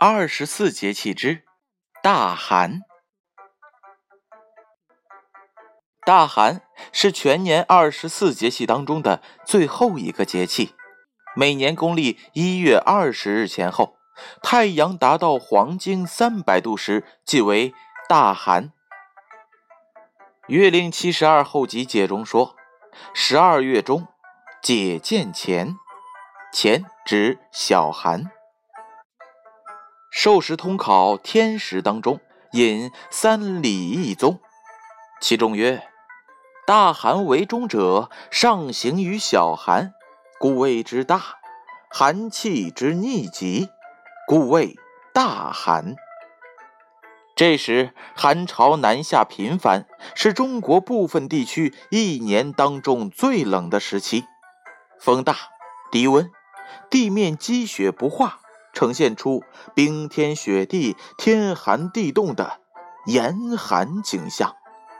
24节气之大寒。大寒是全年24节气当中的最后一个节气，每年公历1月20日前后，太阳达到黄经300度时，即为大寒。月令72候集解中说，12月中解见前，前指小寒。授时通考天时当中引3礼义宗，其中曰：大寒为中者，上行于小寒，故谓之大；寒气之逆极，故谓大寒。这时寒潮南下频繁，是中国部分地区一年当中最冷的时期，风大低温，地面积雪不化，呈现出冰天雪地、天寒地冻的严寒景象。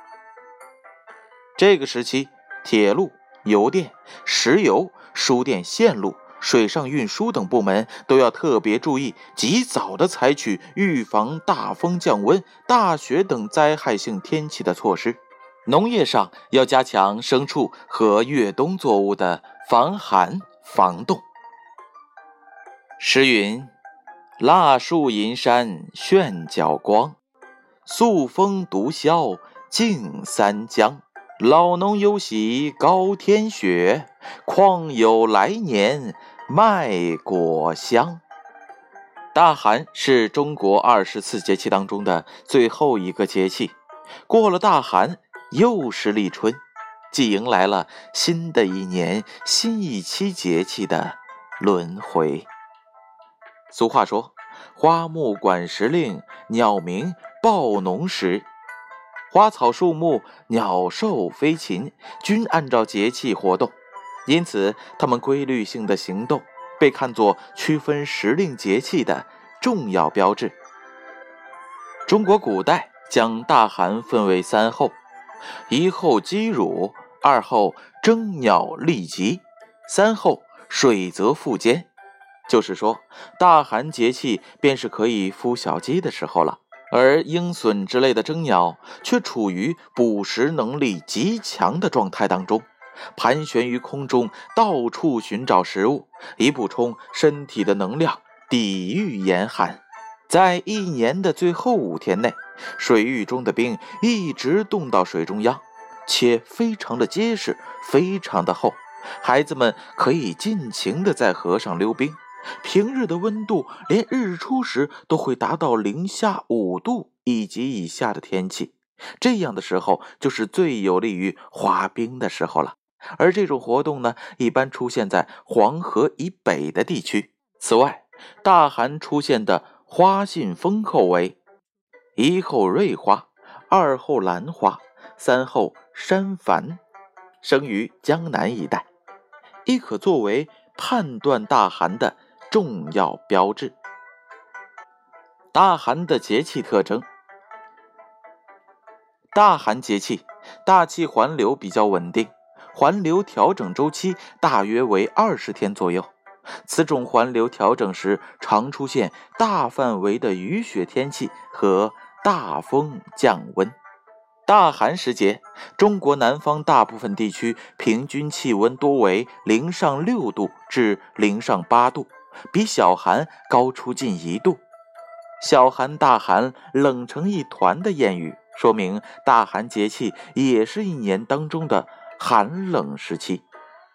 这个时期，铁路、邮电、石油、输电线路、水上运输等部门都要特别注意，及早的采取预防大风降温、大雪等灾害性天气的措施。农业上要加强牲畜和越冬作物的防寒防冻。诗云：蜡树银山炫角光，素风独萧尽三江。老农忧喜高天雪，况有来年麦果香。大寒是中国24节气当中的最后一个节气，过了大寒又是立春，即迎来了新的一年新一期节气的轮回。俗话说，花木管时令，鸟鸣报农时。花草树木、鸟兽飞禽均按照节气活动，因此它们规律性的行动被看作区分时令节气的重要标志。中国古代将大寒分为3候：一候积乳，二候征鸟立集，三候水泽复坚。就是说，大寒节气便是可以孵小鸡的时候了。而鹰隼之类的征鸟却处于捕食能力极强的状态当中，盘旋于空中，到处寻找食物，以补充身体的能量，抵御严寒。在一年的最后5天内，水域中的冰一直冻到水中央，且非常的结实，非常的厚，孩子们可以尽情的在河上溜冰。平日的温度连日出时都会达到零下5度以及以下的天气，这样的时候就是最有利于滑冰的时候了。而这种活动呢，一般出现在黄河以北的地区。此外，大寒出现的花信丰厚为：一候瑞花，二候兰花，三候山矾，生于江南一带，亦可作为判断大寒的重要标志。大寒的节气特征：大寒节气，大气环流比较稳定，环流调整周期大约为20天左右。此种环流调整时，常出现大范围的雨雪天气和大风降温。大寒时节，中国南方大部分地区平均气温多为0上6度至0上8度，比小寒高出近1度。小寒大寒冷成一团的谚语，说明大寒节气也是一年当中的寒冷时期。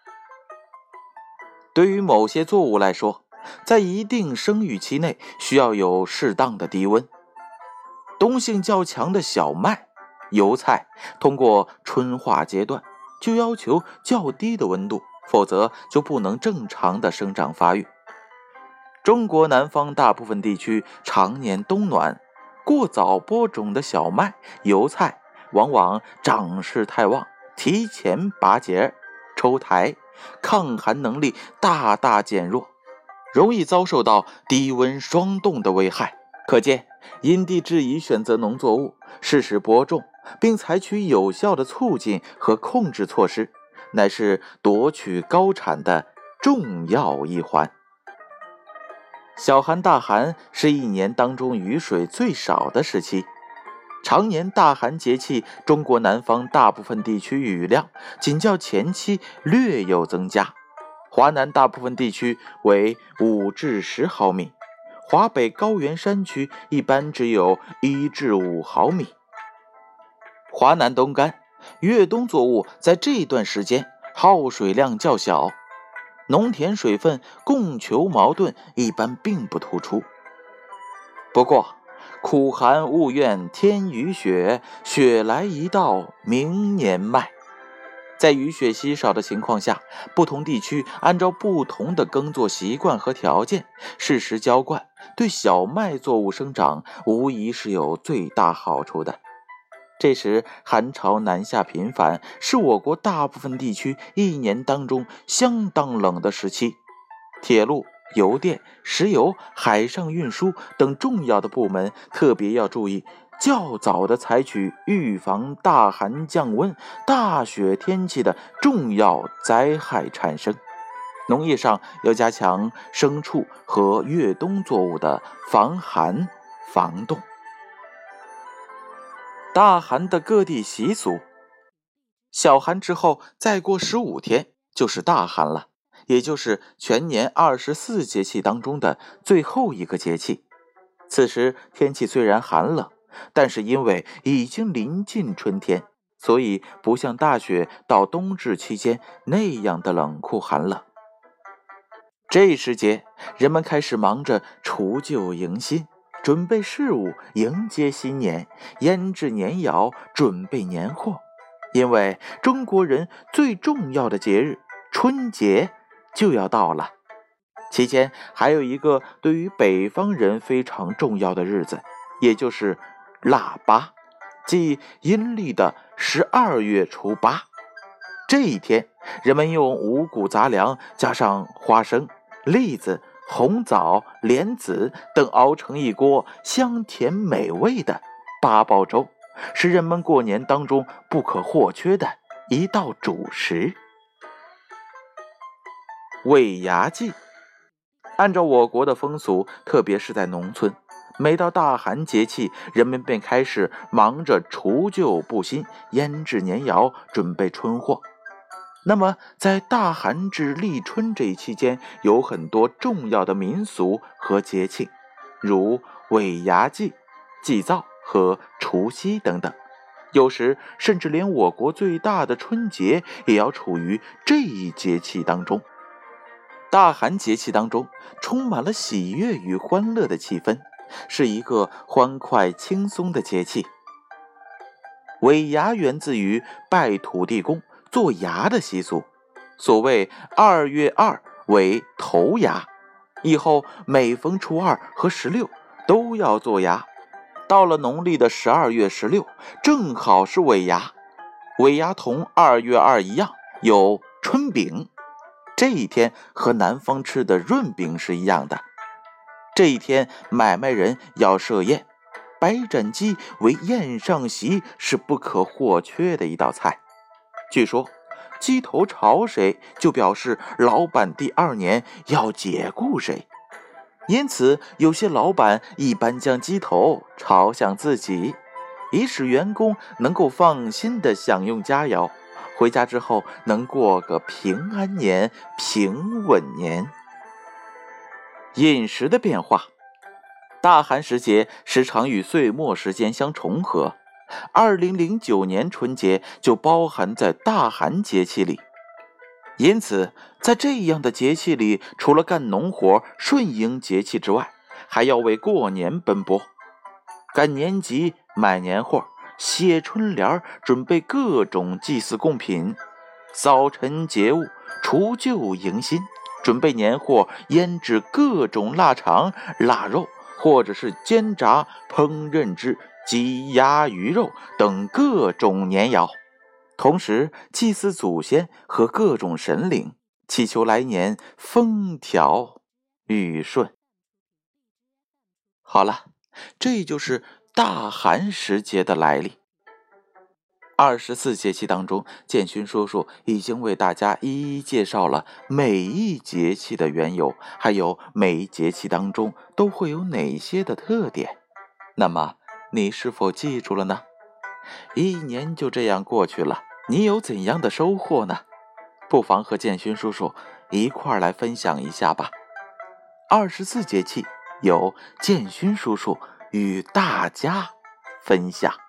对于某些作物来说，在一定生育期内需要有适当的低温。冬性较强的小麦、油菜通过春化阶段就要求较低的温度，否则就不能正常的生长发育。中国南方大部分地区常年冬暖，过早播种的小麦、油菜往往长势太旺，提前拔节抽苔，抗寒能力大大减弱，容易遭受到低温霜冻的危害。可见，因地制宜选择农作物，适时播种，并采取有效的促进和控制措施，乃是夺取高产的重要一环。 小寒大寒是一年当中雨水最少的时期。常年大寒节气，中国南方大部分地区雨量仅较前期略有增加，华南大部分地区为5至10毫米，华北高原山区一般只有1至5毫米。华南冬干，越冬作物在这段时间耗水量较小，农田水分供求矛盾一般并不突出。不过苦寒勿怨天雨雪，雪来一道明年麦。在雨雪稀少的情况下，不同地区按照不同的耕作习惯和条件，适时浇灌，对小麦作物生长无疑是有最大好处的。这时寒潮南下频繁，是我国大部分地区一年当中相当冷的时期。铁路、邮电、石油、海上运输等重要的部门特别要注意，较早的采取预防大寒降温、大雪天气的重要灾害产生。农业上要加强牲畜和越冬作物的防寒防冻。大寒的各地习俗，小寒之后再过15天就是大寒了，也就是全年24节气当中的最后一个节气。此时天气虽然寒冷，但是因为已经临近春天，所以不像大雪到冬至期间那样的冷酷寒冷。这时节，人们开始忙着除旧迎新，准备事物，迎接新年，腌制年肴，准备年货。因为中国人最重要的节日春节就要到了，期间还有一个对于北方人非常重要的日子，也就是腊八，即阴历的12月初8。这一天，人们用五谷杂粮加上花生、栗子、红枣、莲子等熬成一锅香甜美味的八宝粥，是人们过年当中不可或缺的一道主食。尾牙祭，按照我国的风俗，特别是在农村，每到大寒节气，人们便开始忙着除旧布新，腌制年肴，准备春货。那么在大寒至立春这一期间，有很多重要的民俗和节庆，如尾牙祭、祭灶和除夕等等。有时甚至连我国最大的春节也要处于这一节气当中。大寒节气当中充满了喜悦与欢乐的气氛，是一个欢快轻松的节气。尾牙源自于拜土地公做牙的习俗，所谓2月2为头牙，以后每逢初2和16都要做牙。到了农历的12月16，正好是尾牙。尾牙同2月2一样，有春饼。这一天和南方吃的润饼是一样的。这一天买卖人要设宴，白斩鸡为宴上席，是不可或缺的一道菜。据说鸡头朝谁，就表示老板第2年要解雇谁，因此有些老板一般将鸡头朝向自己，以使员工能够放心地享用佳肴，回家之后能过个平安年、平稳年。饮食的变化，大寒时节时常与岁末时间相重合，2009年春节就包含在大寒节气里。因此在这样的节气里，除了干农活顺应节气之外，还要为过年奔波，赶年集、买年货、写春联，准备各种祭祀贡品，扫尘节物，除旧迎新，准备年货，腌制各种腊肠、腊肉，或者是煎炸、烹饪之鸡鸭鱼肉等各种年肴，同时祭祀祖先和各种神灵，祈求来年风调雨顺。好了，这就是大寒时节的来历。 24节气当中，建勋叔叔已经为大家一一介绍了每一节气的缘由，还有每一节气当中都会有哪些的特点。那么你是否记住了呢？一年就这样过去了，你有怎样的收获呢？不妨和建勋叔叔一块儿来分享一下吧。24节气由建勋叔叔与大家分享。